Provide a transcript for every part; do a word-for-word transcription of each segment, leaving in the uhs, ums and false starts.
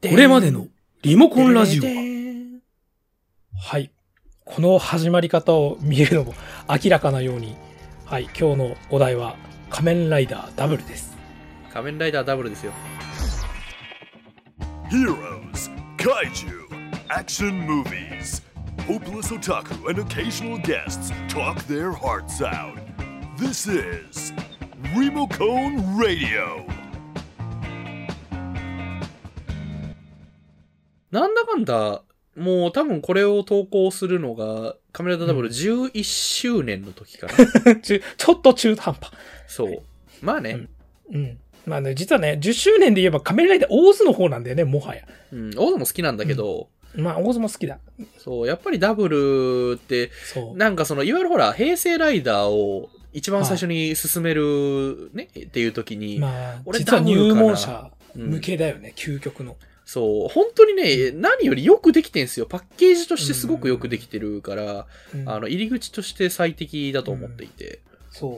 これまでのリモコンラジオは、はい。この始まり方を見るのも明らかなように、はい。今日のお題は仮面ライダーダブルです。 仮面ライダーダブルですよ。 Heroes, Kaiju, Action Movies, Hopeless Otaku and occasional guests talk their hearts out. This is Remocone Radio. なんだかんだ、もう多分これを投稿するのが、仮面ライダーダブルじゅういっしゅうねんの時かな。 ちょっと中途半端。 そう。まあね。 うん。うん、まあね、実はね、じゅっしゅうねんで言えば仮面ライダーオーズの方なんだよね、もはや。 うん、オーズも好きなんだけど、 うん、まあ、オーズも好きだ。 そう、やっぱりダブルって、なんかその、いわゆるほら、平成ライダーを一番最初に進めるね、はい、っていう時に、 まあ、俺実は入門者向けだよね、うん、究極の。 そう、本当にね、何よりよくできてんすよ。パッケージとしてすごくよくできてるから、うん、あの、入り口として最適だと思っていて。うん、 そう。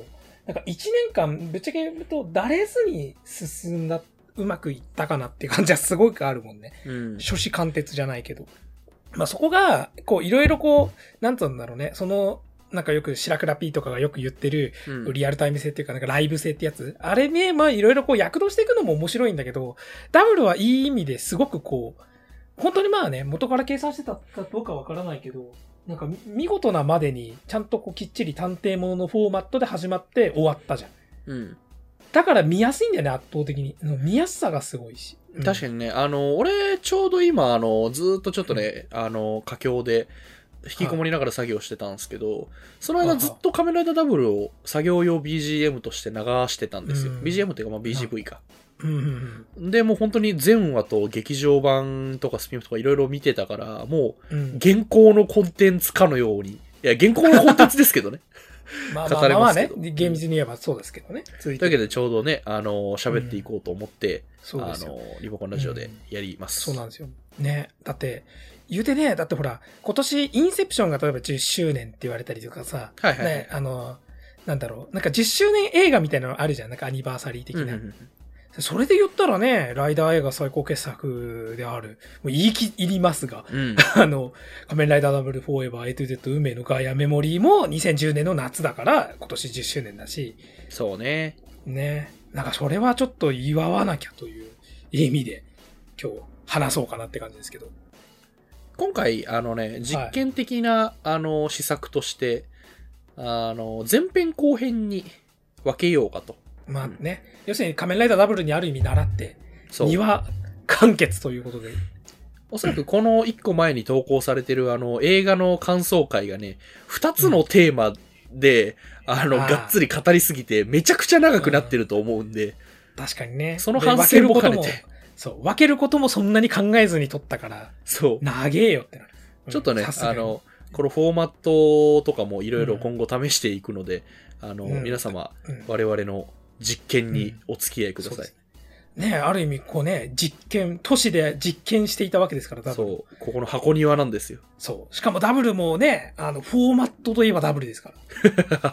なんか一年間、ぶっちゃけ言うと、だれずに進んだ、うまくいったかなっていう感じはすごくあるもんね。うん。初子貫徹じゃないけど。まあそこが、こう、いろいろこう、なんつうんだろうね、その、なんかよく白倉 P とかがよく言ってる、うん、リアルタイム性っていうかなんかライブ性ってやつ。あれね、まあいろいろこう躍動していくのも面白いんだけど、ダブルはいい意味ですごくこう、本当にまあね、元から計算してたかどうかわからないけど、なんか見事なまでにちゃんとこうきっちり探偵もののフォーマットで始まって終わったじゃん。うん。だから見やすいんだよね、圧倒的に。見やすさがすごいし。 うん、確かにね、あの、俺ちょうど今、あの、ずーっとちょっとね、うん、あの、佳境で、引きこもりながら作業してたんですけど、その間ずっと仮面ライダーダブルを作業用 ビージーエム として流してたんですよ。うん、ビージーエム っていうかまあ ビージーブイ か。うんうん、で、もう本当に全話と劇場版とかスピンオフとかいろいろ見てたから、もう現行のコンテンツかのように。いや、現行のコンテンツですけどね。 まあまあまあね、厳密に言えばそうですけどね。 というわけでちょうどね、あの、喋っていこうと思って、うん、あの、リモコンラジオでやります。 うん、そうなんですよ。ね。だって、言うてね、だってほら、今年インセプションが例えばじゅっしゅうねんって言われたりとかさ、 はいはい、はい、 ね、あの、なんだろう、なんかじゅっしゅうねん映画みたいなのあるじゃん、なんかアニバーサリー的な。うんうんうん、それで言ったらね、ライダー映画最高傑作である、もう言い切りますが、うん、あの、仮面ライダーダブルフォーエバー A to Z 運命のガイアメモリーもにせんじゅうねんの夏だから、今年じゅっしゅうねんだし。 そうね。 ね。なんかそれはちょっと祝わなきゃという意味で、今日話そうかなって感じですけど。 今回、あのね、実験的な、はい、あの、施策として、あの、前編後編に分けようかと。 まあね、うん、要するに仮面ライダーダブルにある意味習って、にわ完結ということで。 おそらくこのいっこまえに投稿されてるあの、映画の感想会がね、ふたつのテーマで、うん、あの、がっつり語りすぎて、めちゃくちゃ長くなってると思うんで。うん、 確かにね。 その反省も兼ねて。 そう。分けることもそんなに考えずに撮ったから。 そう。 長えよってなる。 ちょっとね、あの、このフォーマットとかもいろいろ今後試していくので、うん、あの、うん、皆様、うん、我々の実験にお付き合いください。 うん、ねえ、ある意味こうね、実験、都市で実験していたわけですから、ダブル。 そう。ここの箱庭なんですよ。 そう。しかもダブルもね、あの、フォーマットといえばダブルですから。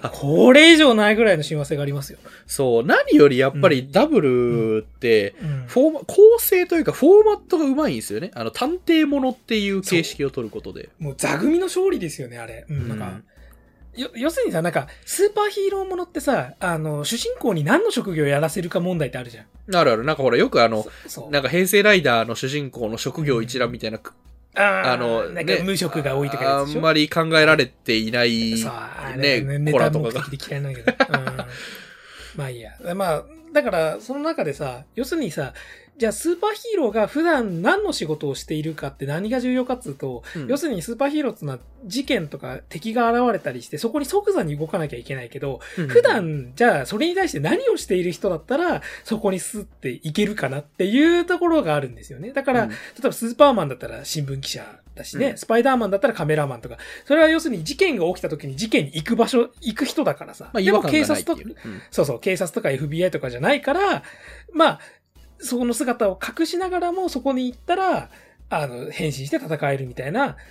これ以上ないぐらいの親和性がありますよ。 そう。何よりやっぱりダブルって、フォーマ、構成というかフォーマットがうまいんですよね。あの、探偵ものっていう形式を取ることで。 もう座組の勝利ですよね、あれ。うん。なんか、よ、要するにさ、なんか、スーパーヒーローものってさ、あの、主人公に何の職業をやらせるか問題ってあるじゃん。 あるある。なんかほら、よくあの、なんか平成ライダーの主人公の職業一覧みたいな、うん、 あ, あの、なんか無職が多いとかやつでしょ、 あんまり考えられていない、 ね、ね、コラとかが。ネタ目的で嫌いなんだけど。うん、まあいいや。まあ、だから、その中でさ、要するにさ、じゃあスーパーヒーローが普段何の仕事をしているかって何が重要かっつうと、うん、要するにスーパーヒーローってのは事件とか敵が現れたりしてそこに即座に動かなきゃいけないけど、うん、普段じゃあそれに対して何をしている人だったらそこにスッていけるかなっていうところがあるんですよね。だから、うん、例えばスーパーマンだったら新聞記者だしね、うん、スパイダーマンだったらカメラマンとか、それは要するに事件が起きた時に事件に行く場所、行く人だからさ。 まあ、でも警察と、うん、 そうそう、警察とか エフビーアイ とかじゃないから、まあ、そこの姿を隠しながらもそこに行ったら、あの、変身して戦えるみたいな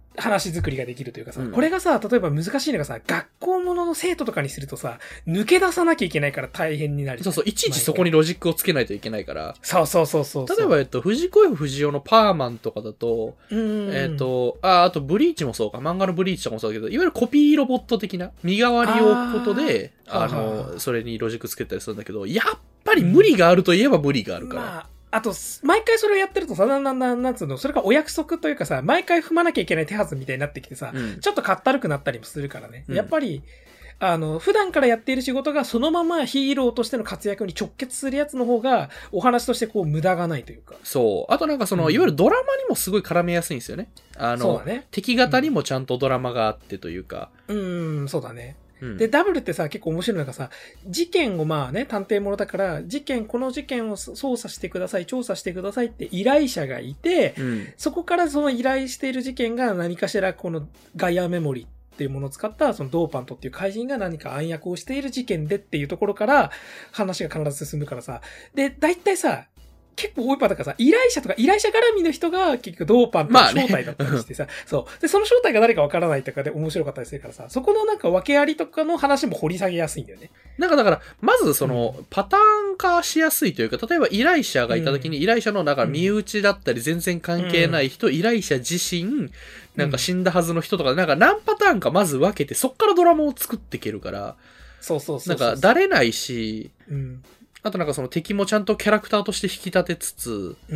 話作りができるというかさ、 うん、 これがさ、例えば難しいのがさ、学校ものの生徒とかにするとさ、抜け出さなきゃいけないから大変になる。 そうそう、いちいちそこにロジックをつけないといけないから。 そうそうそうそうそう。 例えば、えっと、藤子 F 不二雄のパーマンとかだと、えっと、あ、あとブリーチもそうか、漫画のブリーチとかもそうだけど、いわゆるコピーロボット的な身代わりを置くことで、あ, あの、それにロジックつけたりするんだけど、やっぱり無理があるといえば無理があるから。まああと、毎回それをやってるとさ、なんなんなんなんつうの、それがお約束というかさ、毎回踏まなきゃいけない手はずみたいになってきてさ、うん、ちょっとかったるくなったりもするからね。うん、やっぱり、あの、普段からやっている仕事がそのままヒーローとしての活躍に直結するやつの方が、お話としてこう無駄がないというか。 そう。あとなんかその、うん、いわゆるドラマにもすごい絡めやすいんですよね。あの、そうだね、敵型にもちゃんとドラマがあってというか。 うん、うん、そうだね。で、ダブルってさ、結構面白いのがさ、事件をまあね、探偵ものだから、事件、この事件を捜査してください、調査してくださいって依頼者がいて、うん、そこからその依頼している事件が何かしらこのガイアメモリっていうものを使った、そのドーパントっていう怪人が何か暗躍をしている事件でっていうところから話が必ず進むからさ、で、大体さ、結構多いパターンがさ、依頼者とか依頼者絡みの人が結局ドーパンの正体だったりしてさ、まあね、そう。で、その正体が誰かわからないとかで面白かったりするからさ、そこのなんか訳ありとかの話も掘り下げやすいんだよね。 なんかだから、まずその、うん、パターン化しやすいというか、例えば依頼者がいた時に依頼者のなんか身内だったり全然関係ない人、うん、依頼者自身、なんか死んだはずの人とか、なんか何パターンかまず分けて、そっからドラマを作っていけるから、 そうそうそうそう。 なんか、だれないし、 うんあとなんかその敵もちゃんとキャラクターとして引き立てつつ。 うん。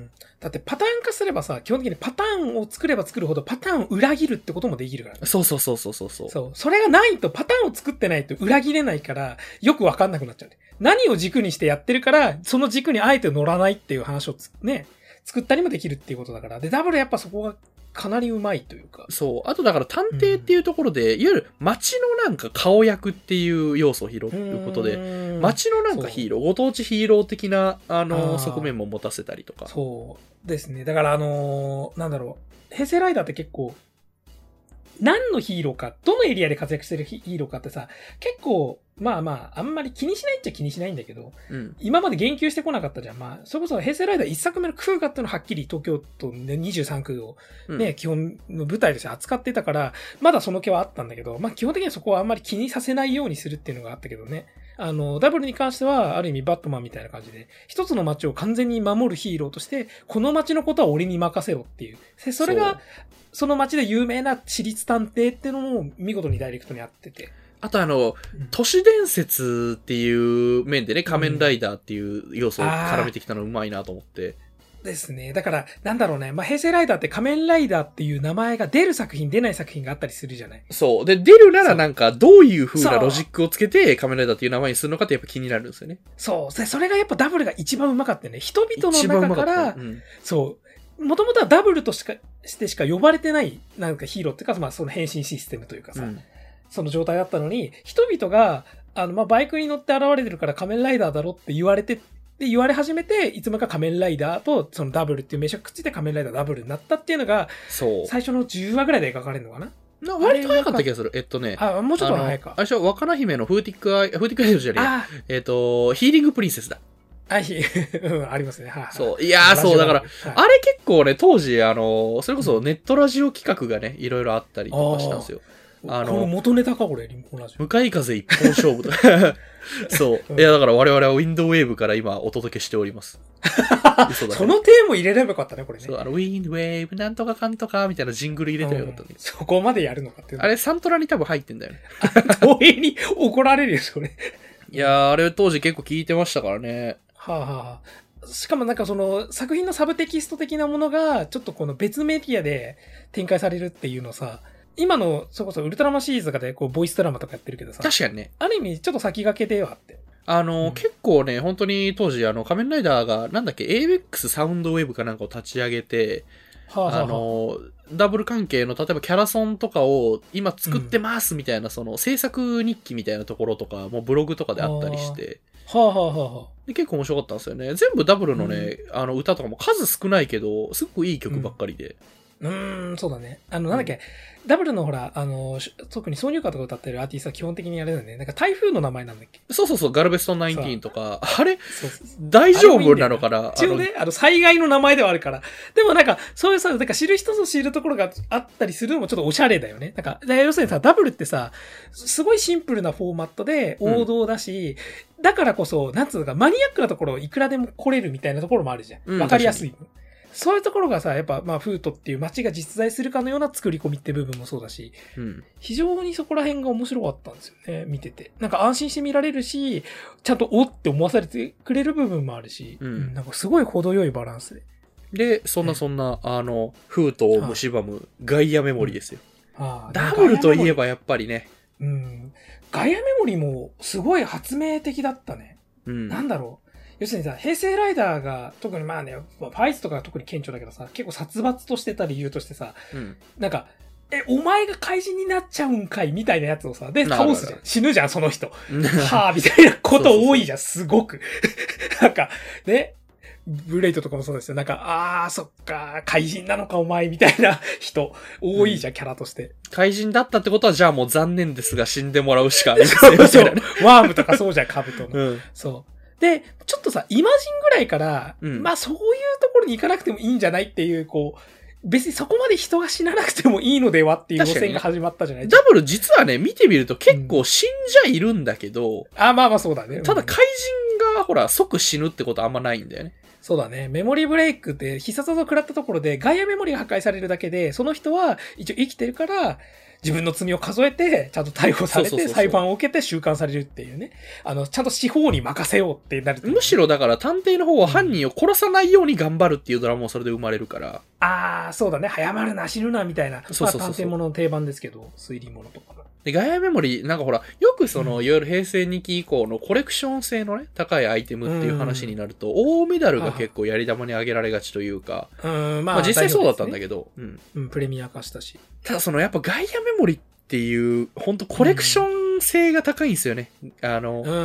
だってパターン化すればさ、基本的にパターンを作れば作るほどパターンを裏切るってこともできるから、ね。 そうそうそうそうそう。 そう。それがないと、パターンを作ってないと裏切れないから、よくわかんなくなっちゃうね。何を軸にしてやってるから、その軸にあえて乗らないっていう話をつね、作ったりもできるっていうことだから。で、ダブルやっぱそこが、かなりうまいというか。 そう。あとだから探偵っていうところで、うん、いわゆる街のなんか顔役っていう要素を拾うことで、街のなんかヒーロー、ご当地ヒーロー的な、あの、あ側面も持たせたりとか。 そうですね。だからあのー、なんだろう。平成ライダーって結構、何のヒーローか、どのエリアで活躍してるヒーローかってさ、結構、まあまあ、あんまり気にしないっちゃ気にしないんだけど、うん、今まで言及してこなかったじゃん。まあ、それこそ平成ライダー一作目のクーガっていうのははっきり東京都にじゅうさん区をね、うん、基本の舞台として扱ってたから、まだその気はあったんだけど、まあ基本的にはそこはあんまり気にさせないようにするっていうのがあったけどね。あの、ダブルに関しては、ある意味バットマンみたいな感じで、一つの街を完全に守るヒーローとして、この街のことは俺に任せろっていう。それが、その街で有名な私立探偵っていうのも見事にダイレクトにあってて。 あとあの、うん、都市伝説っていう面でね、仮面ライダーっていう要素を絡めてきたのうまいなと思って。 ですね。だから、なんだろうね。まあ、平成ライダーって仮面ライダーっていう名前が出る作品、出ない作品があったりするじゃない。 そう。で、出るならなんか、どういう風なロジックをつけて仮面ライダーっていう名前にするのかってやっぱ気になるんですよね。 そう。で、それがやっぱダブルが一番うまかったよね。人々の中から、うん、そう。もともとはダブルとしか、してしか呼ばれてない、なんかヒーローっていうか、まあ、その変身システムというかさ。うんその状態だったのに、人々が、あの、まあ、バイクに乗って現れてるから仮面ライダーだろって言われて、で、言われ始めて、いつもか仮面ライダーと、そのダブルっていう名称がくっついて仮面ライダーダブルになったっていうのが、そう。最初のじゅうわぐらいで描かれるのかなな割と早かった気がする。えっとね。 あ、もうちょっと早いか。 あれ、若菜姫のフーティックアイ、フーティックアイドルじゃねえ。えっと、ヒーリングプリンセスだ。 あ、ひ、うん、ありますね。はい、はい。 そう。いやー、そう、だから、はい、あれ結構ね、当時、あの、それこそネットラジオ企画がね、いろいろあったりとかしたんですよ。 あの、この元ネタかこれ、リモコンラジオ。 向かい風一本勝負とか。そう。いや、だから我々はウィンドウェーブから今お届けしております。 嘘だ、ね、そのテーマ入れればよかったね、これね。 そう、あの、ウィンドウェーブなんとかかんとかみたいなジングル入れてばよかったね、うん。 そこまでやるのかっていうの。 あれ、サントラに多分入ってんだよね。 東映に怒られるよ、それ。 いやー、あれ当時結構聞いてましたからね。 はあ、はあ、しかもなんかその作品のサブテキスト的なものがちょっとこの別メディアで展開されるっていうのさ、今のそれこそウルトラマンシリーズとかでこうボイスドラマとかやってるけどさ、 確かにね。 ある意味ちょっと先駆けではあって。 あの、うん、結構ね、本当に当時あの仮面ライダーがなんだっけ エーベックス サウンドウェブかなんかを立ち上げて、はあはあ、あのダブル関係の例えばキャラソンとかを今作ってますみたいな、うん、その制作日記みたいなところとかもブログとかであったりして。 はあはあはあ、 で結構面白かったんですよね。全部ダブルのね、うん、あの歌とかも数少ないけど、すっごいいい曲ばっかりで。 うーん、そうだね。あの、なんだっけ、うん、ダブルのほら、あの、特に挿入歌とか歌ってるアーティストは基本的にあれだよね。なんか台風の名前なんだっけ。 そうそうそう、ガルベストンじゅうきゅうとか、あれそうそうそう大丈夫なのかな一応ね、あの、災害の名前ではあるから。でもなんか、そういうさ、なんか知る人ぞ知るところがあったりするのもちょっとおしゃれだよね。なんか、要するにさ、ダブルってさ、すごいシンプルなフォーマットで王道だし、うん、だからこそ、なんつうのか、マニアックなところいくらでも来れるみたいなところもあるじゃん。わ、うん、かりやすい。そういうところがさ、やっぱ、まあ、フートっていう街が実在するかのような作り込みって部分もそうだし、うん、非常にそこら辺が面白かったんですよね、見てて。なんか安心して見られるし、ちゃんとおって思わされてくれる部分もあるし、うん、なんかすごい程よいバランスで。 で、そんなそんな、ね、あの、フートを蝕むガイアメモリですよ。はあ、ダブルといえばやっぱりね。 うん。ガイアメモリもすごい発明的だったね。うん、なんだろう。要するにさ、平成ライダーが、特にまあね、ファイズとかが特に顕著だけどさ、結構殺伐としてた理由としてさ、うん、なんか、え、お前が怪人になっちゃうんかいみたいなやつをさ、で、倒すじゃん。死ぬじゃん、その人。はぁ、みたいなこと多いじゃん、すごく。なんか、ね、ブレイトとかもそうですよ。なんか、あー、そっか、怪人なのかお前みたいな人、多いじゃん、うん、キャラとして。 怪人だったってことは、じゃあもう残念ですが死んでもらうしかありません。 そうそう。ワームとかそうじゃん、カブトの。うん、そう。で、ちょっとさ、イマジンぐらいから、うん、まあそういうところに行かなくてもいいんじゃないっていう、こう、別にそこまで人が死ななくてもいいのではっていう路線が始まったじゃない。 ダブル実はね、見てみると結構死んじゃいるんだけど、うん、 あ、まあまあそうだね。 ただ怪人がほら即死ぬってことあんまないんだよね。 そうだね。メモリーブレイクって必殺技を食らったところでガイアメモリが破壊されるだけで、その人は一応生きてるから、自分の罪を数えて、ちゃんと逮捕されて、裁判を受けて収監されるっていうね。あの、ちゃんと司法に任せようってなる、ね。 むしろだから探偵の方は犯人を殺さないように頑張るっていうドラマもそれで生まれるから。 ああ、そうだね。早まるな、死ぬな、みたいな。そうそうそうそう。まあ、探偵ものの定番ですけど、推理ものとかも。 で、ガイアメモリー、なんかほら、よくその、うん、いわゆる平成にき以降のコレクション性のね、高いアイテムっていう話になると、うん、大メダルが結構やり玉に挙げられがちというか、うん、まあ、まあ実際そうだったんだけど、 ね、うん、うん、プレミア化したし。 ただその、やっぱガイアメモリーっていう、ほんとコレクション性が高いんですよね。うん、あの、うん、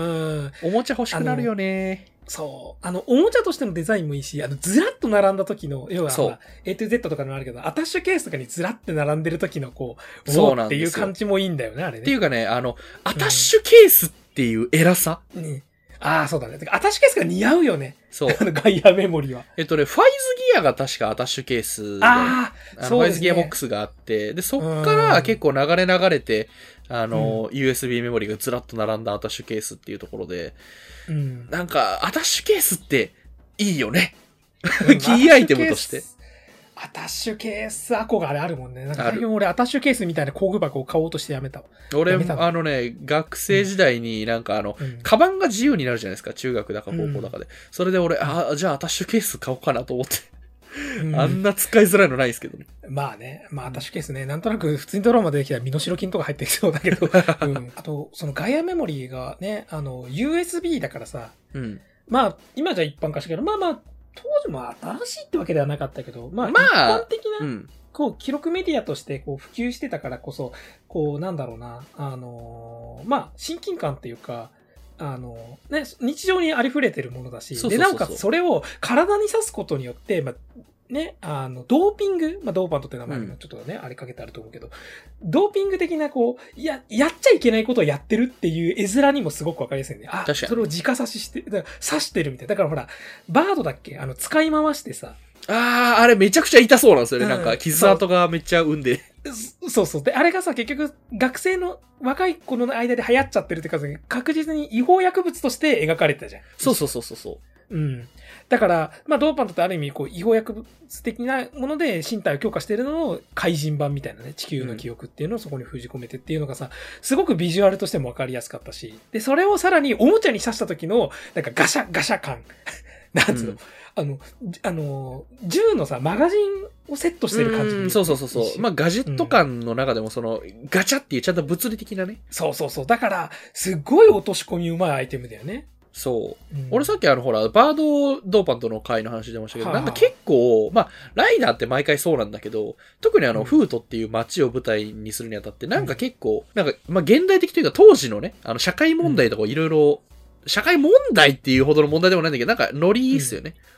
おもちゃ欲しくなるよね。 そう。あの、おもちゃとしてのデザインもいいし、あの、ずらっと並んだ時の、要は、A to Z とかにもあるけど、アタッシュケースとかにずらって並んでる時の、こう、そうなんですよっていう感じもいいんだよね、あれね。 っていうかね、あの、アタッシュケースっていう偉さ。 うん。うんああ、そうだね。アタッシュケースが似合うよね。 そう。 あの、ガイアメモリは。 えっとね、ファイズギアが確かアタッシュケースで、ああ、そうですね。ファイズギアボックスがあって、で、そっから結構流れ流れて、あの、うん、ユーエスビー メモリがずらっと並んだアタッシュケースっていうところで、うん、なんか、アタッシュケースっていいよね。うん、キーアイテムとして。 アタッシュケース憧れあるもんね。なんか最近俺アタッシュケースみたいな工具箱を買おうとしてやめた。 俺、あのね、学生時代になんかあの、うん、カバンが自由になるじゃないですか。中学だか高校だかで。うん、それで俺、あ、じゃあアタッシュケース買おうかなと思って。うん、あんな使いづらいのないですけどね。 まあね。まあアタッシュケースね。なんとなく普通にドラマでできたら身代金とか入ってきそうだけど。うん、あと、そのガイアメモリーがね、あの、ユーエスビー だからさ。うん、まあ、今じゃ一般化したけど、まあまあ、当時も新しいってわけではなかったけど、まあ、一般的な、うん、こう、記録メディアとしてこう普及してたからこそ、こう、なんだろうな、あのー、まあ、親近感っていうか、あのー、ね、日常にありふれてるものだし、で、なおかつそれを体に刺すことによって、まあ、ね、あの、ドーピング、まあ、ドーパントって名前もちょっとね、うん、あれかけてあると思うけど、ドーピング的な、こう、や、やっちゃいけないことをやってるっていう絵面にもすごくわかりやすいね。あ、それを直刺しして、だから刺してるみたいな。だからほら、バードだっけあの、使い回してさ。 あー、あれめちゃくちゃ痛そうなんですよね。うん、なんか、傷跡がめっちゃ生んで。 そうそう。で、あれがさ、結局、学生の若い子の間で流行っちゃってるってか、確実に違法薬物として描かれてたじゃん。 そうそうそうそう。 うん。だから、まあ、ドーパントってある意味、こう、違法薬物的なもので身体を強化しているのを怪人版みたいなね、地球の記憶っていうのをそこに封じ込めてっていうのがさ、すごくビジュアルとしてもわかりやすかったし、で、それをさらにおもちゃに刺した時の、なんかガシャ、ガシャ感。なんつうの、うん、あの、あの、銃のさ、マガジンをセットしてる感じ。 うん、そうそうそうそう。まあ、ガジェット感の中でもその、うん、ガチャっていうちゃんと物理的なね。 そうそうそう。だから、すっごい落とし込みうまいアイテムだよね。 そう、うん。俺さっきあのほら、バードドーパントの回の話出ましたけど、はあ、なんか結構、まあ、ライダーって毎回そうなんだけど、特にあの、うん、フートっていう街を舞台にするにあたって、なんか結構、なんか、まあ、現代的というか当時のね、あの、社会問題とかいろいろ、社会問題っていうほどの問題でもないんだけど、なんかノリいいっすよね。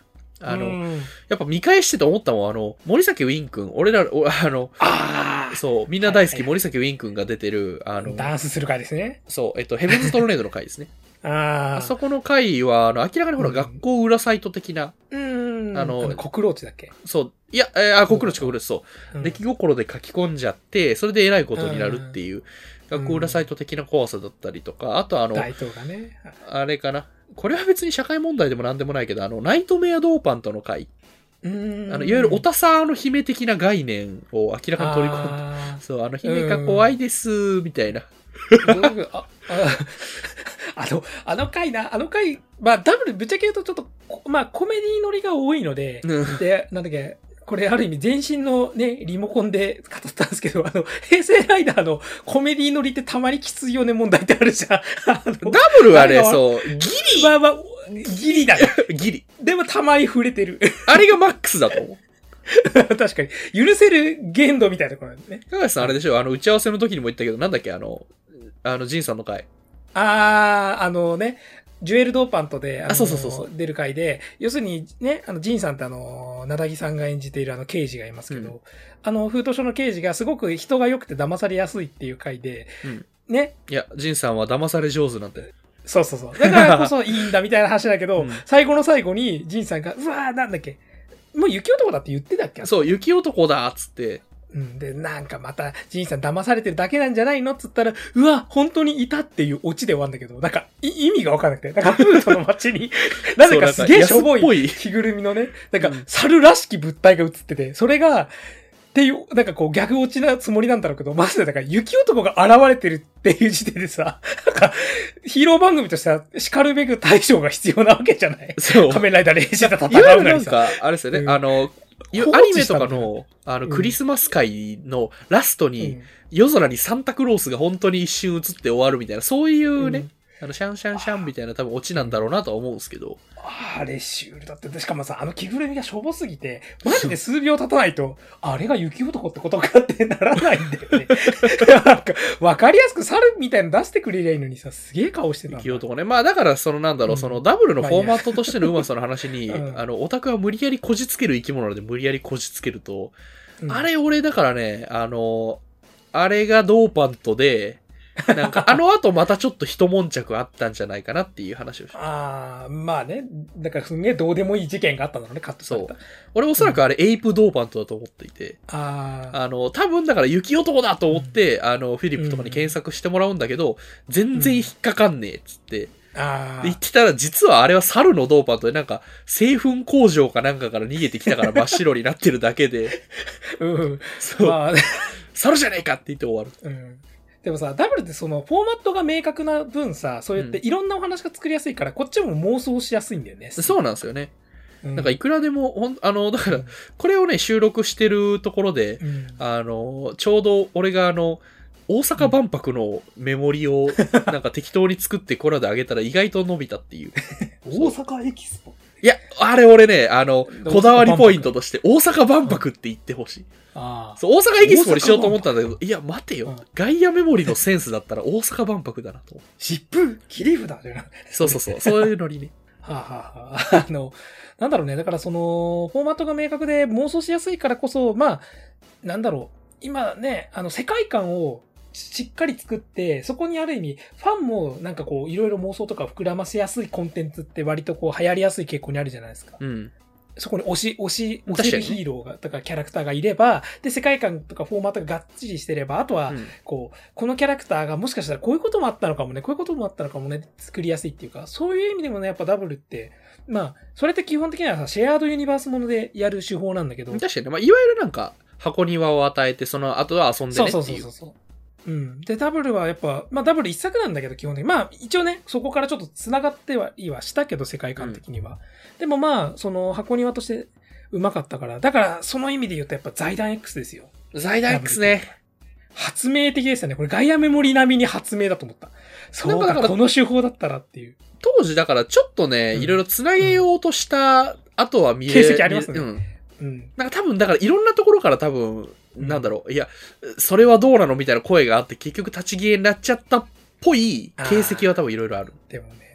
あの、 うんやっぱ見返してて思ったもん、あの、森崎ウィン君、俺ら、おあの、 ああそう、みんな大好きはいはい森崎ウィン君が出てる、あの、 ダンスする回ですね。 そう、えっと、ヘブンズトルネードの回ですね。 ああ。 あそこの回は、あの、明らかにほら、 うん学校裏サイト的な、 うん。 あのコクローチだっけ？ そう、いや、えー、あ、コクロチコクロチ、そう。 うん出来心で書き込んじゃって、それで偉いことになるっていう、 うん学校裏サイト的な怖さだったりとか、あとあの、 大東がね。 あれかな。これは別に社会問題でもなんでもないけど、あの、ナイトメアドーパントの回。 うんあの、いわゆるオタサーの姫的な概念を明らかに取り込んで、 あそう、あの、姫が怖いです、みたいな。 ーあ、あ、あの、あの回な、あの回、まあ、ダブルぶっちゃけ言うとちょっと、こまあ、コメディ乗りが多いので、 うんで、なんだっけ、これある意味全身のね、リモコンで語ったんですけど、あの、平成ライダーのコメディ乗りってたまにきついよね問題ってあるじゃん。あのダブルはね、 あれはそう、ギまあまあ、ギリだね。 リ、ギリ。 でもたまに触れてる。 あれがマックスだと思う。 確かに。許せる限度みたいなところなんですね。 高橋さんあれでしょ、あの、打ち合わせの時にも言ったけど、なんだっけ、あの、あの、ジンさんの回。 あー、あのね、ジュエル・ドーパントで、あのあそうそうそうそう出る回で、要するにね、あの、ジンさんってあの、なだぎさんが演じているあの、刑事がいますけど、 うんあの、封筒署の刑事がすごく人が良くて騙されやすいっていう回で、 うん。 ね、 いや、ジンさんは騙され上手なんて。 そうそうそう。だからこそいいんだみたいな話だけど、 うん最後の最後に、ジンさんが、うわー、なんだっけ、もう雪男だって言ってたっけそう、雪男だっつって。 うん。で、なんかまた、ジンさん騙されてるだけなんじゃないのっつったら、うわ、本当にいたっていうオチで終わるんだけど、なんか、い意味がわかんなくて、なんか、フートの街に、なぜかすげえしょぼそうなんか安っぽいい着ぐるみのね、なんかうん、 猿らしき物体が映ってて、それが、っていう、なんかこう逆落ちなつもりなんだろうけど、まずだから雪男が現れてるっていう時点でさ、なんか、ヒーロー番組としては叱るべく対象が必要なわけじゃない？ そう。 仮面ライダーレイジで戦いわゆるうのにさ。 なんか、あれですよね、 うんあの、よ放アニメと置したんだかの、あの、 うんクリスマス会のラストうに、 ん夜空にサンタクロースが本当に一瞬映って終わるみたいな、そういうね、 うんあの、シャンシャンシャンみたいな多分オチなんだろうなとは思うんですけど。 あれシュールだって。しかもさ、あの着ぐるみがしょぼすぎて、マジで数秒経たないと、あれが雪男ってことかってならないんだよね。なんか、わかりやすく猿みたいなの出してくれりゃいいのにさ、すげえ顔してたんだ。 雪男ね。まあだから、そのなんだろう、 うんそのダブルのフォーマットとしてのうまさの話に、 うんあの、オタクは無理やりこじつける生き物なので無理やりこじつけると、 うんあれ俺だからね、あの、あれがドーパントで、なんかあの後またちょっと一悶着あったんじゃないかなっていう話をしました。 ああ、まあね。だからすんげえどうでもいい事件があったんだろうね、カットされた。 俺おそらくあれエイプドーパントだと思っていて、 ああ。 あの、多分だから雪男だと思って、あの、フィリップとかに検索してもらうんだけど、全然引っかかんねえっつって、 あで言ってたら実はあれは猿のドーパントでなんか製粉工場かなんかから逃げてきたから真っ白になってるだけで、 あ。うん。 そう、 まあ、 猿じゃねえかって言って終わる。 うん。でもさ、ダブルってその、フォーマットが明確な分さ、そうやっていろんなお話が作りやすいから、こっちも妄想しやすいんだよね。 そうなんですよね。 うん。 なんかいくらでも、ほん、あの、だから、これをね、収録してるところで、 うん、 あの、ちょうど俺があの、大阪万博のメモリをなんか適当に作ってコラであげたら意外と伸びたっていう。 大阪エキスポ。 いや、あれ俺ね、あの、 大阪こだわりポイントとして、大阪万博って言ってほしい。 ああ。 そう、大阪エキスポにしようと思ったんだけど、いや、待てよ。 うんガイアメモリのセンスだったら大阪万博だなと思う。 疾風切り札じゃん。 そうそうそう、そういうノリね。 はあ、はあはあ、あの、なんだろうね。だからその、フォーマットが明確で妄想しやすいからこそ、まあ、なんだろう。今ね、あの、世界観をしっかり作って、そこにある意味、ファンもなんかこう、いろいろ妄想とか膨らませやすいコンテンツって割とこう、流行りやすい傾向にあるじゃないですか。 うん。 そこに推し、推し、 確かにね推せるヒーローが、とかキャラクターがいれば、で、世界観とかフォーマットががっちりしてれば、あとは、 うんこう、このキャラクターがもしかしたらこういうこともあったのかもね、こういうこともあったのかもね、作りやすいっていうか、そういう意味でもね、やっぱダブルって、まあ、それって基本的にはさ、シェアードユニバースものでやる手法なんだけど。 確かにね、まあ、いわゆるなんか、箱庭を与えて、その後は遊んでねっていう。 そうそうそうそう。うん。で、ダブルはやっぱ、まあダブル一作なんだけど、基本的に。まあ一応ね、そこからちょっと繋がってはいいはしたけど、世界観的には。でもまあ、その箱庭としてうまかったから。だから、その意味で言うとやっぱ財団 X ですよ。 財団 X ね。 発明的でしたね。これガイアメモリ並みに発明だと思った。そうか、 なんかだからこの手法だったらっていう。 当時だからちょっとね、 うんいろいろ繋げようとした後は見え形跡ありますねうん。 うん。 なんか多分、だからいろんなところから多分、 うんなんだろう、いや、それはどうなのみたいな声があって、結局立ち消えになっちゃったっぽい形跡は多分いろいろある。 でもね、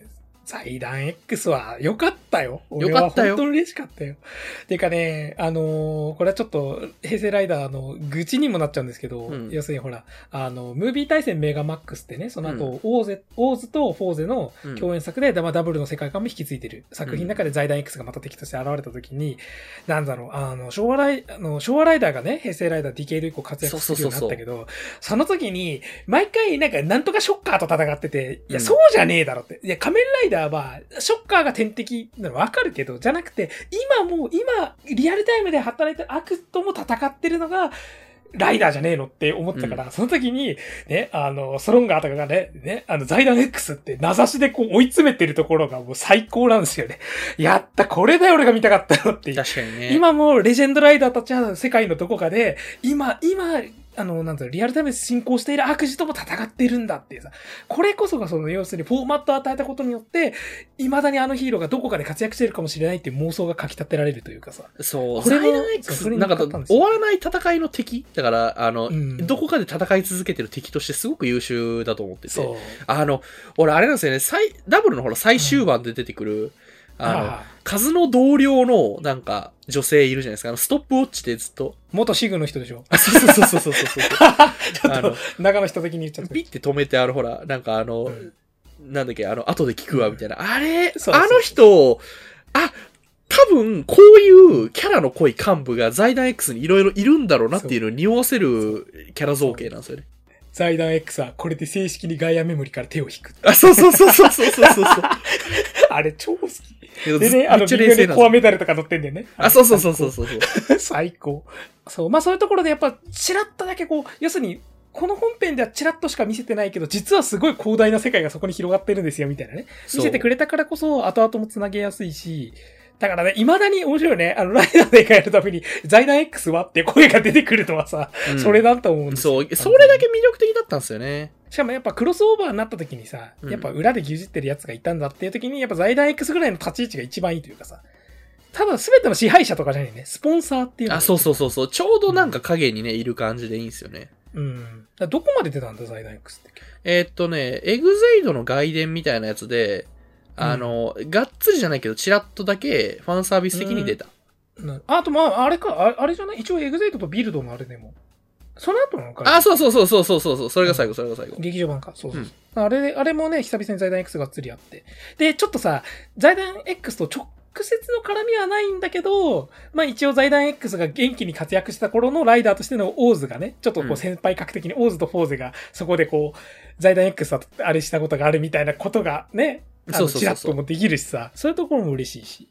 財団 X は良かったよ。 良かったよ。 俺は本当に嬉しかったよ。ていうかね、あのー、これはちょっと、平成ライダーの愚痴にもなっちゃうんですけど、うん、要するにほら、あの、ムービー対戦メガマックスってね、その後、うん、オーゼ、オーズとフォーゼの共演作で、うん、ダブルの世界観も引き継いでる作品の中で財団 X がまた敵として現れた時に、うん、なんだろう、あの、昭和ライ、あの、昭和ライダーがね、平成ライダーディケイド以降活躍するようになったけど、そうそうそうそう、その時に、毎回なんか、なんとかショッカーと戦ってて、いや、そうじゃねえだろって。いや、仮面ライダーは、ショッカーが天敵なのわかるけど、じゃなくて、今もう、今、リアルタイムで働いてる悪とも戦ってるのが、ライダーじゃねえのって思ったから、うん、その時に、ね、あの、スロンガーとかがね、ね、あの、財団 X って名指しでこう追い詰めてるところがもう最高なんですよね。やった、これだよ俺が見たかったのっていう。 確かにね。 今もレジェンドライダーたちは世界のどこかで、今、今、あの、なんだろう、リアルタイムで進行している悪事とも戦ってるんだっていうさ、これこそがその、要するにフォーマットを与えたことによって、未だにあのヒーローがどこかで活躍してるかもしれないっていう妄想がかき立てられるというかさ。 そう。これも、なんか、終わらない戦いの敵だから、あの、うん、どこかで戦い続けてる敵としてすごく優秀だと思ってて。そう。あの、俺あれなんですよね、最、ダブルのほら最終盤で出てくる、うんあの、あ数の同僚の、なんか、女性いるじゃないですか。あの、ストップウォッチでずっと。 元シグの人でしょ。 あ、そうそうそうそうそうそう。ちょっと、中の人的に言っちゃった。 ピッて止めて、あの、ほら、なんかあの、うん、なんだっけ、あの、後で聞くわ、みたいな。うん、あれ、そうそうそうあの人、あ、多分、こういうキャラの濃い幹部が財団 X にいろいろいるんだろうなっていうのを匂わせるキャラ造形なんですよね。 財団 X はこれで正式にガイアメモリから手を引く。 あ、そうそうそうそうそうそうそう。 あれ超好き。でね、あの、微妙にコアメダルとか乗ってんだよね。 あ、そうそうそうそうそう。 最高。そう。まあそういうところでやっぱ、チラッとだけこう、要するに、この本編ではチラッとしか見せてないけど、実はすごい広大な世界がそこに広がってるんですよ、みたいなね。見せてくれたからこそ、後々も繋げやすいし、だからね、未だに面白いね。あの、ライダーで描いるたびに、財団 X はって声が出てくるのはさ、うん、それだと思うんですよ。そう、それだけ魅力的だったんですよね。 しかもやっぱクロスオーバーになった時にさ、やっぱ裏で牛耳ってるやつがいたんだっていう時に、やっぱ財団 X ぐらいの立ち位置が一番いいというかさ、ただ全ての支配者とかじゃないね。スポンサーっていうの。 あ、そうそうそうそう。ちょうどなんか影にね、うん、いる感じでいいんですよね。 うん。だどこまで出たんだ、財団 X って。 えー、っとね、エグゼイドの外伝みたいなやつで、あの、うん、がっつりじゃないけど、チラッとだけファンサービス的に出た。 うん、あと、まあ、あれか、あ れ, あれじゃない一応エグゼイドとビルドのあれでも。その後なのかあ、そうそうそうそうそうそう。それが最後、うん、それが最後。 劇場版か。そうそうそう、うん。あれ、あれもね、久々に財団 X がっつりあって。で、ちょっとさ、財団 X と直接の絡みはないんだけど、まあ一応財団 X が元気に活躍した頃のライダーとしてのオーズがね、ちょっとこう先輩格的にオーズとフォーゼがそこでこう、財団 X はあれしたことがあるみたいなことがね、あのチラッともできるしさ、そういうところも嬉しいし。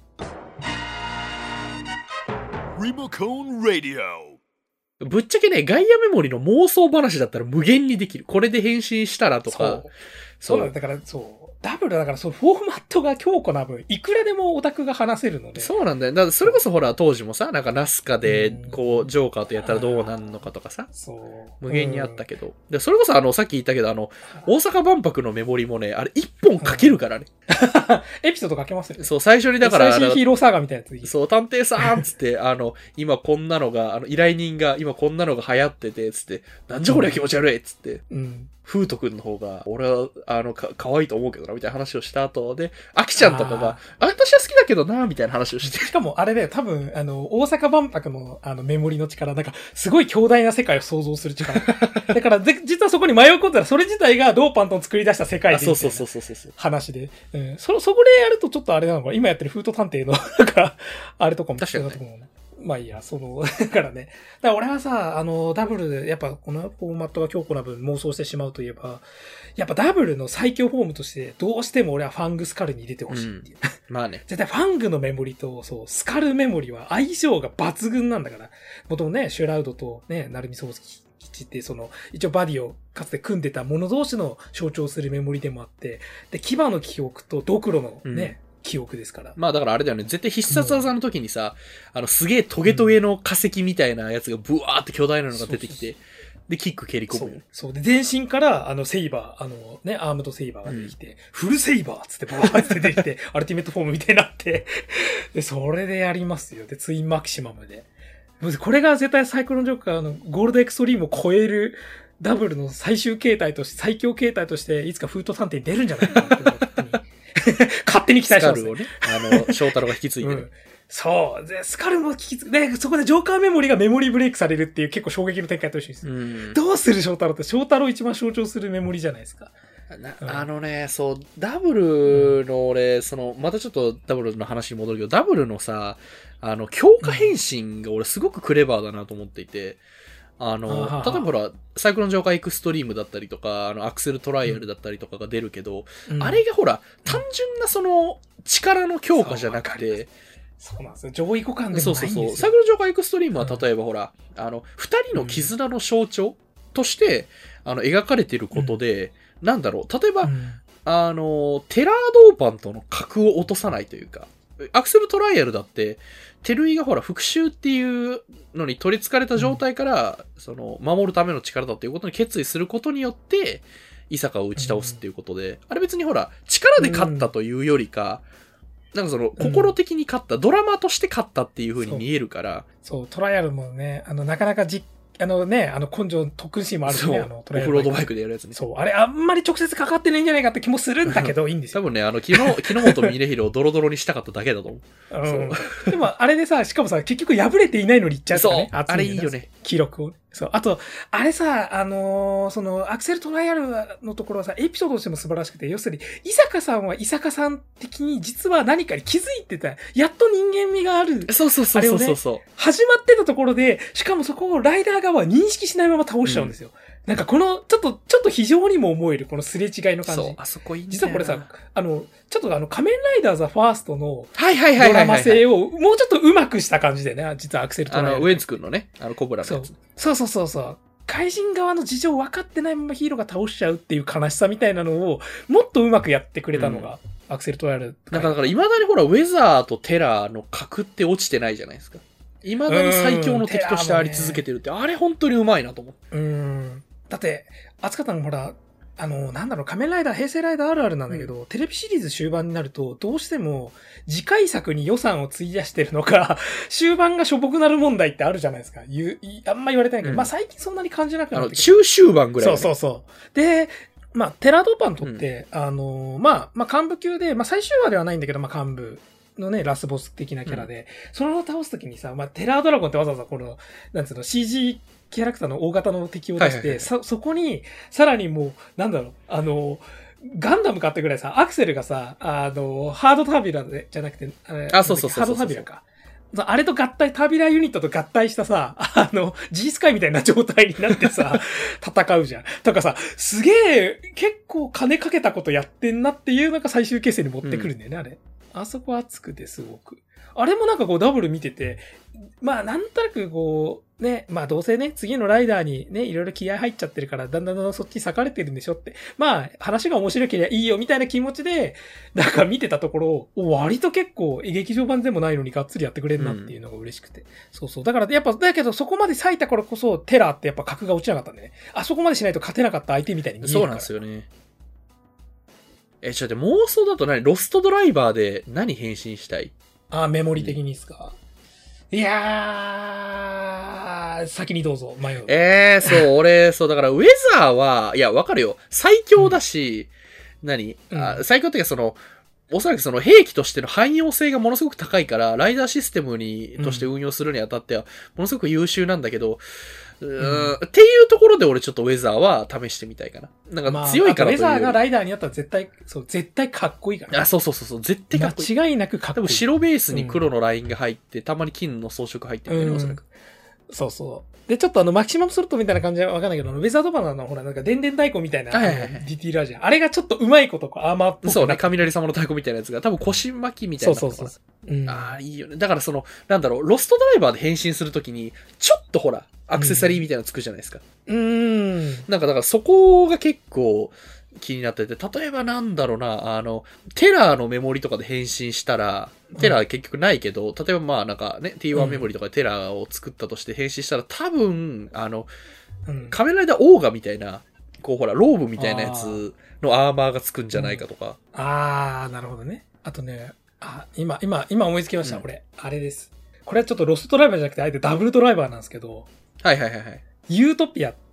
リモコンラディオ。 ぶっちゃけね、ガイアメモリの妄想話だったら無限にできる。これで変身したらとか。 そう。そうだ、だからそう。ダブルだから、そのフォーマットが強固な分、いくらでもオタクが話せるので。 そうなんだよ。だからそれこそほら、当時もさ、なんかナスカで、こう、ジョーカーとやったらどうなんのかとかさ。そう。無限にあったけど。で、それこそあの、さっき言ったけど、あの、大阪万博のメモリもね、あれ一本書けるからね。 エピソード書けますよね。 そう、最初にだから。 最初にヒーローサーガみたいなやつ。 そう、探偵さんつって、あの、今こんなのが、あの、依頼人が今こんなのが流行ってて、つって、なんじゃこりゃ気持ち悪いっつって。うん。フート君の方が、俺は、あの、か、可愛いと思うけどな、みたいな話をした後で、アキちゃんとかが、あ、私は好きだけどな、みたいな話をして。 しかも、あれだよ、多分、あの、大阪万博の、あの、メモリの力、なんか、すごい強大な世界を想像する力。だから、で、実はそこに迷い込んだら、それ自体がドーパントン作り出した世界で。 そうそうそうそうそう。 話で。うん。そ、そこでやるとちょっとあれなのか、今やってるフート探偵の、なんか、あれとかも必要だと思うね。まあいいや、その、だからね。だから俺はさ、あの、ダブルで、やっぱこのフォーマットが強固な分妄想してしまうといえば、やっぱダブルの最強フォームとして、どうしても俺はファングスカルに入れてほしいっていう。 うん、まあね。 絶対ファングのメモリと、そう、スカルメモリは相性が抜群なんだから。元々ね、シュラウドとね、ナルミソウスキって、その、一応バディをかつて組んでた者同士の象徴するメモリでもあって、で、牙の記憶とドクロのね、うん記憶ですから。 まあだからあれだよね。絶対必殺技の時にさ、あのすげえトゲトゲの化石みたいなやつがブワーって巨大なのが出てきて、そうそうそうで、キック蹴り込むよね。 そう。そう。で、全身から、あの、セイバー、あの、ね、アームドセイバーが出てきて、うん、フルセイバーつってバーって出てきて、アルティメットフォームみたいになって、で、それでやりますよ。で、ツインマキシマムで。これが絶対サイクロンジョーカーのゴールドエクストリームを超えるダブルの最終形態として、最強形態として、いつかフート探偵に出るんじゃないかなって思って勝手に期待します、 ね。スカルをね、あの、翔太郎が引き継いでる。うん、 そう。で、スカルも引き継ぐ。で、そこでジョーカーメモリがメモリーブレイクされるっていう結構衝撃の展開と一緒です。うん、どうする翔太郎って、翔太郎一番象徴するメモリじゃないですか。 なうん、あのね、そう、ダブルの俺、うん、その、またちょっとダブルの話に戻るけど、ダブルのさ、あの、強化変身が俺すごくクレバーだなと思っていて、あの、例えばほら、サイクロンジョーカーエクストリームだったりとか、あの、アクセルトライアルだったりとかが出るけど、うん、あれがほら、単純なその、力の強化じゃなくて、 そうなんですよ。上位互換でもないんですよ。 そうそうそう。サイクロンジョーカーエクストリームは例えばほら、うん、あの、二人の絆の象徴として、あの、描かれていることで、うん、なんだろう、例えば、うん、あの、テラードーパンとの格を落とさないというか、アクセルトライアルだって、テルイがほら、復讐っていうのに取り憑かれた状態から、うん、その、守るための力だっていうことに決意することによって、イサカを打ち倒すっていうことで、うん、あれ別にほら、力で勝ったというよりか、うん、なんかその、心的に勝った、うん、ドラマとして勝ったっていう風に見えるから。 そう、そうトライアルもね、あの、なかなか実あのね、あの根性特訓シーンもあるしね、あのトライアルオフロードバイクでやるやつね。 そう、あれあんまり直接かかってないんじゃないかって気もするんだけど、いいんですよ。 多分ね、あの、木の、木の本峰弘をドロドロにしたかっただけだと思う。 うん。でも、あれでさ、しかもさ、結局破れていないのにいっちゃうからね。 そう、あれいいよね。 記録を。そう。あと、あれさ、あのー、その、アクセルトライアルのところはさ、エピソードとしても素晴らしくて、要するに、伊坂さんは伊坂さん的に実は何かに気づいてた。やっと人間味がある。 そうそうそうそうそう、ね。 始まってたところで、しかもそこをライダー側は認識しないまま倒しちゃうんですよ。うん、なんかこの、ちょっと、ちょっと非常にも思える、このすれ違いの感じ。 そう、あそこいいんだよ。 実はこれさ、あの、ちょっとあの、仮面ライダーザファーストの、 はいはいはい。 ドラマ性を、もうちょっと上手くした感じでね、実はアクセルトライアル。 あの、ウェンツ君のね、あの、コブラのやつ。 そうそうそうそう。怪人側の事情分かってないままヒーローが倒しちゃうっていう悲しさみたいなのを、もっと上手くやってくれたのが、うん、アクセルトライアル。 なんかだから、未だにほら、ウェザーとテラーの格って落ちてないじゃないですか。未だに最強の敵としてあり続けてるって、あれ本当にうまいなと思って。 うん。だって、熱かったのほら、あの、なんだろう、仮面ライダー、平成ライダーあるあるなんだけど、うん、テレビシリーズ終盤になると、どうしても、次回作に予算を費やしてるのか、終盤がしょぼくなる問題ってあるじゃないですか。言う、あんま言われてないけど、うん、まあ最近そんなに感じなくなってきて。 あの、中終盤ぐらい、 ね。そうそうそう。で、まあ、テラドーパンとって、うん、あの、まあ、まあ幹部級で、まあ最終話ではないんだけど、まあ幹部のね、ラスボス的なキャラで、うん、それを倒すときにさ、まあテラードラゴンってわざわざこの、なんつうの、シージー、キャラクターの大型の敵を出して、はいはいはい、そ、そこに、さらにもう、なんだろう、あの、ガンダムかってぐらいさ、アクセルがさ、あの、ハードタービラで、じゃなくて、 あ、そうそうそうそう。 ハードタービラか。あれと合体、タービラユニットと合体したさ、あの、G スカイみたいな状態になってさ、戦うじゃん。とかさ、すげえ、結構金かけたことやってんなっていうのが最終決戦に持ってくるんだよね、うん、あれ。あそこ熱くてすごく。あれもなんかこうダブル見てて、まあなんとなくこう、ね、まあどうせね、次のライダーにね、いろいろ気合入っちゃってるから、だんだんだんだんそっちに裂かれてるんでしょって。まあ話が面白ければいいよみたいな気持ちで、なんか見てたところ、割と結構劇場版でもないのにがっつりやってくれるなっていうのが嬉しくて。うん、そうそう。だからやっぱ、だけどそこまで割いた頃こそ、テラーってやっぱ格が落ちなかったんでね。あそこまでしないと勝てなかった相手みたいに見えるから。 そうなんですよね。え、ちょっと妄想だと何ロストドライバーで何変身したい？ あ、メモリ的にですか、うん、いやー、先にどうぞ、迷う。 えー、そう、俺、そう、だから、ウェザーは、いや、わかるよ。最強だし、うん、何、うん、あ最強っていうか、その、おそらくその兵器としての汎用性がものすごく高いから、ライダーシステムに、として運用するにあたっては、ものすごく優秀なんだけど、うーん、っていうところで俺ちょっとウェザーは試してみたいかな。なんか強いからという、 まあ、ウェザーがライダーになったら絶対、そう、絶対かっこいいから、ね。 あ、そうそうそうそう、絶対かっこいい。 間違いなくかっこいい。 多分白ベースに黒のラインが入って、うん、たまに金の装飾入ってるんだよね、おそらく。 そうそう。で、ちょっとあの、マキシマムソルトみたいな感じはわかんないけど、ウェザードバナのほら、なんか、電電太鼓みたいな、はいはいはい、ディティールあるじゃん。あれがちょっと上手いことか、アーマーっぽく。 そうね、雷様の太鼓みたいなやつが、多分腰巻きみたいな。 そうそうそう。うん、 ああ、いいよね。だからその、なんだろう、ロストドライバーで変身するときに、ちょっとほら、アクセサリーみたいなのつくじゃないですか。 うん。 なんかだからそこが結構気になってて、例えばなんだろうな、あの、テラーのメモリとかで変身したら、テラー結局ないけど、うん、例えばまあなんかね、ティーワン メモリとかでテラーを作ったとして変身したら、多分、あの、うん、仮面ライダーオーガみたいな、こうほら、ローブみたいなやつのアーマーがつくんじゃないかとか。 うん、あー、なるほどね。あとね、あ、今、今、今思いつきました、うん、俺。あれです。これはちょっとロストドライバーじゃなくて、あえてダブルドライバーなんですけど。 はいはいはいはい。 ユートピアっ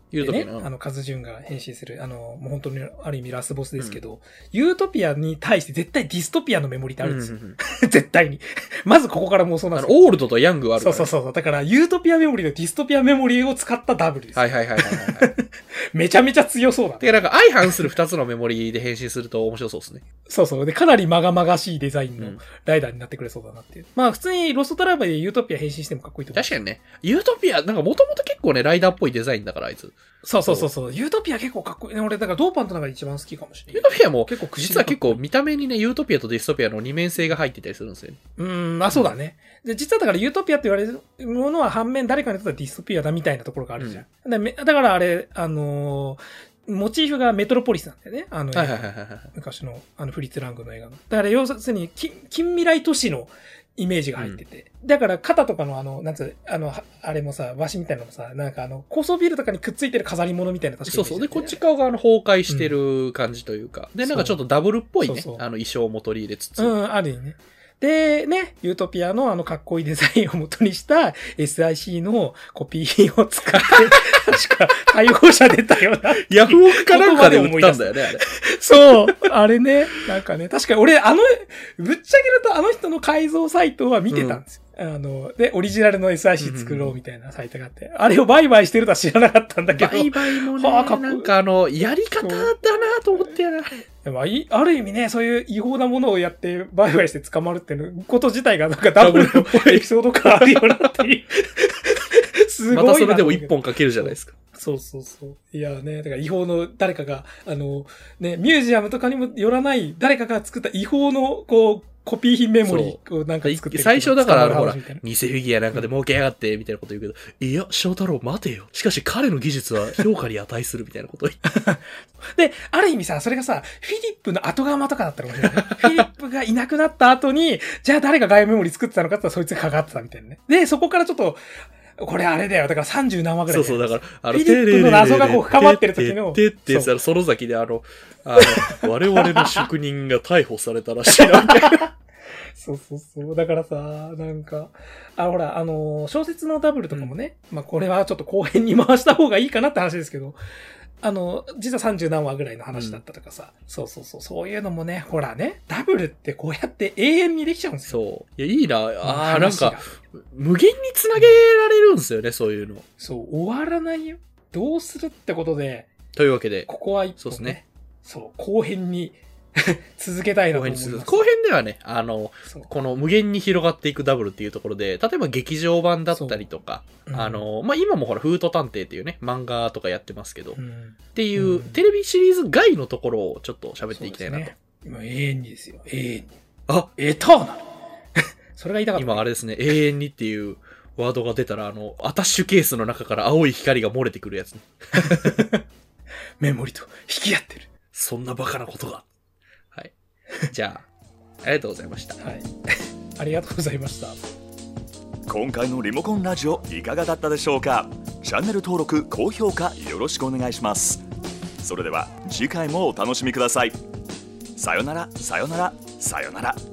ユートピアね、あの、カズジュンが変身する、あの、もう本当にある意味ラスボスですけど、うん、ユートピアに対して絶対ディストピアのメモリってあるんですよ。うんうんうん、絶対に。まずここからもうそうなんですよ。オールドとヤングはあるから、ね。 そうそうそう。だから、ユートピアメモリとディストピアメモリを使ったダブルです。 はいはいはいはい、はい。 めちゃめちゃ強そうだ、ね。 てかなんか相反する二つのメモリで変身すると面白そうですね。 そうそう。で、かなりまがまがしいデザインのライダーになってくれそうだなっていう。うん、まあ、普通にロストトラバーでユートピア変身してもかっこいいと思う。 確かにね。ユートピア、なんかもともと結構ね、ライダーっぽいデザインだから、あいつ。 そうそうそうそう。ユートピア結構かっこいいね。俺、だからドーパントの中で一番好きかもしれない。 ユートピアも、結構実は結構見た目にね、ユートピアとディストピアの二面性が入ってたりするんですよね。 うーん、あ、そうだね。で、実はだからユートピアって言われるものは反面誰かにとってはディストピアだみたいなところがあるじゃん。うん、だからあれ、あのー、モチーフがメトロポリスなんだよね。あの、 はいはいはいはい、 昔の、あの、フリッツ・ラングの映画の。だから要するに、近未来都市のイメージが入ってて。うん、だから肩とかのあの、なんつう、あの、あれもさ、和紙みたいなのもさ、なんかあの、高層ビルとかにくっついてる飾り物みたいな確かに、ね。 そうそう。で、こっち側があの崩壊してる感じというか。うん、で、なんかちょっとダブルっぽいね。そうそう、あの、衣装も取り入れつつ。 うん、ある意味ね。で、ね、ユートピアのあのかっこいいデザインを元にした エスアイシー のコピーを使って、確か対応者出たよな。 ヤフオクかなんかで売ったんだよね、あれ。 そう。あれね。なんかね、確かに俺、あの、ぶっちゃけるとあの人の改造サイトは見てたんですよ。うん、あの、で、オリジナルの エスアイシー 作ろうみたいなサイトがあって、うんうん、あれを売買してるとは知らなかったんだけど。 売買もね、はあ、かなんかあの、やり方だなと思ってやな。 でもある意味ね、そういう違法なものをやって売買して捕まるっていうこと自体がなんかダブルのエピソード感あるよなっていう。すごいな。 またそれでも一本かけるじゃないですか。 そうそうそう。いやね、だから違法の誰かが、あの、ね、ミュージアムとかにもよらない誰かが作った違法の、こう、コピー品メモリをなんか作ってる。 最初だから、ほら、偽フィギュアなんかで儲けやがって、みたいなこと言うけど、うん、いや、翔太郎待てよ。しかし彼の技術は評価に値するみたいなことを言って。 で、ある意味さ、それがさ、フィリップの後釜とかだったかもしれない。フィリップがいなくなった後に、じゃあ誰が外部メモリ作ってたのかって言ったらそいつがかかってたみたいなね。で、そこからちょっと、これあれだよ。だからさんじゅうなんわぐらい。 そうそう、だから、 あの、フィリップの謎がこう深まってる時の。 てってって、その先であの、あの、我々の職人が逮捕されたらしいな、みたいな。 そうそうそう。だからさ、なんか、あ、ほら、あのー、小説のダブルとかもね、うん、まあこれはちょっと後編に回した方がいいかなって話ですけど、あの、実はさんじゅうなんわぐらいの話だったとかさ、うん、そうそうそう、そういうのもね、ほらね、ダブルってこうやって永遠にできちゃうんですよ。 そう。いや、いいな。ああ、なんか、無限につなげられるんですよね、そういうの。 そう、終わらないよ。どうするってことで。 というわけで。 ここは一歩、ね、そうですね。 そう、後編に続けたいなと思います。 後編ではね、あの、この無限に広がっていくダブルっていうところで、例えば劇場版だったりとか、うん、あの、まあ、今もほら、フート探偵っていうね、漫画とかやってますけど、うん、っていう、うん、テレビシリーズ外のところをちょっと喋っていきたいなと。ね、 今永遠にですよ、永遠に。あ、エターナルそれが言いたかった。 今あれですね、永遠にっていうワードが出たら、あの、アタッシュケースの中から青い光が漏れてくるやつね。 メモリと引き合ってる。 そんなバカなことが。はい。じゃあ、ありがとうございました。 はい。ありがとうございました。 今回のリモコンラジオいかがだったでしょうか。チャンネル登録、高評価よろしくお願いします。それでは次回もお楽しみください。さよなら、さよなら、さよなら。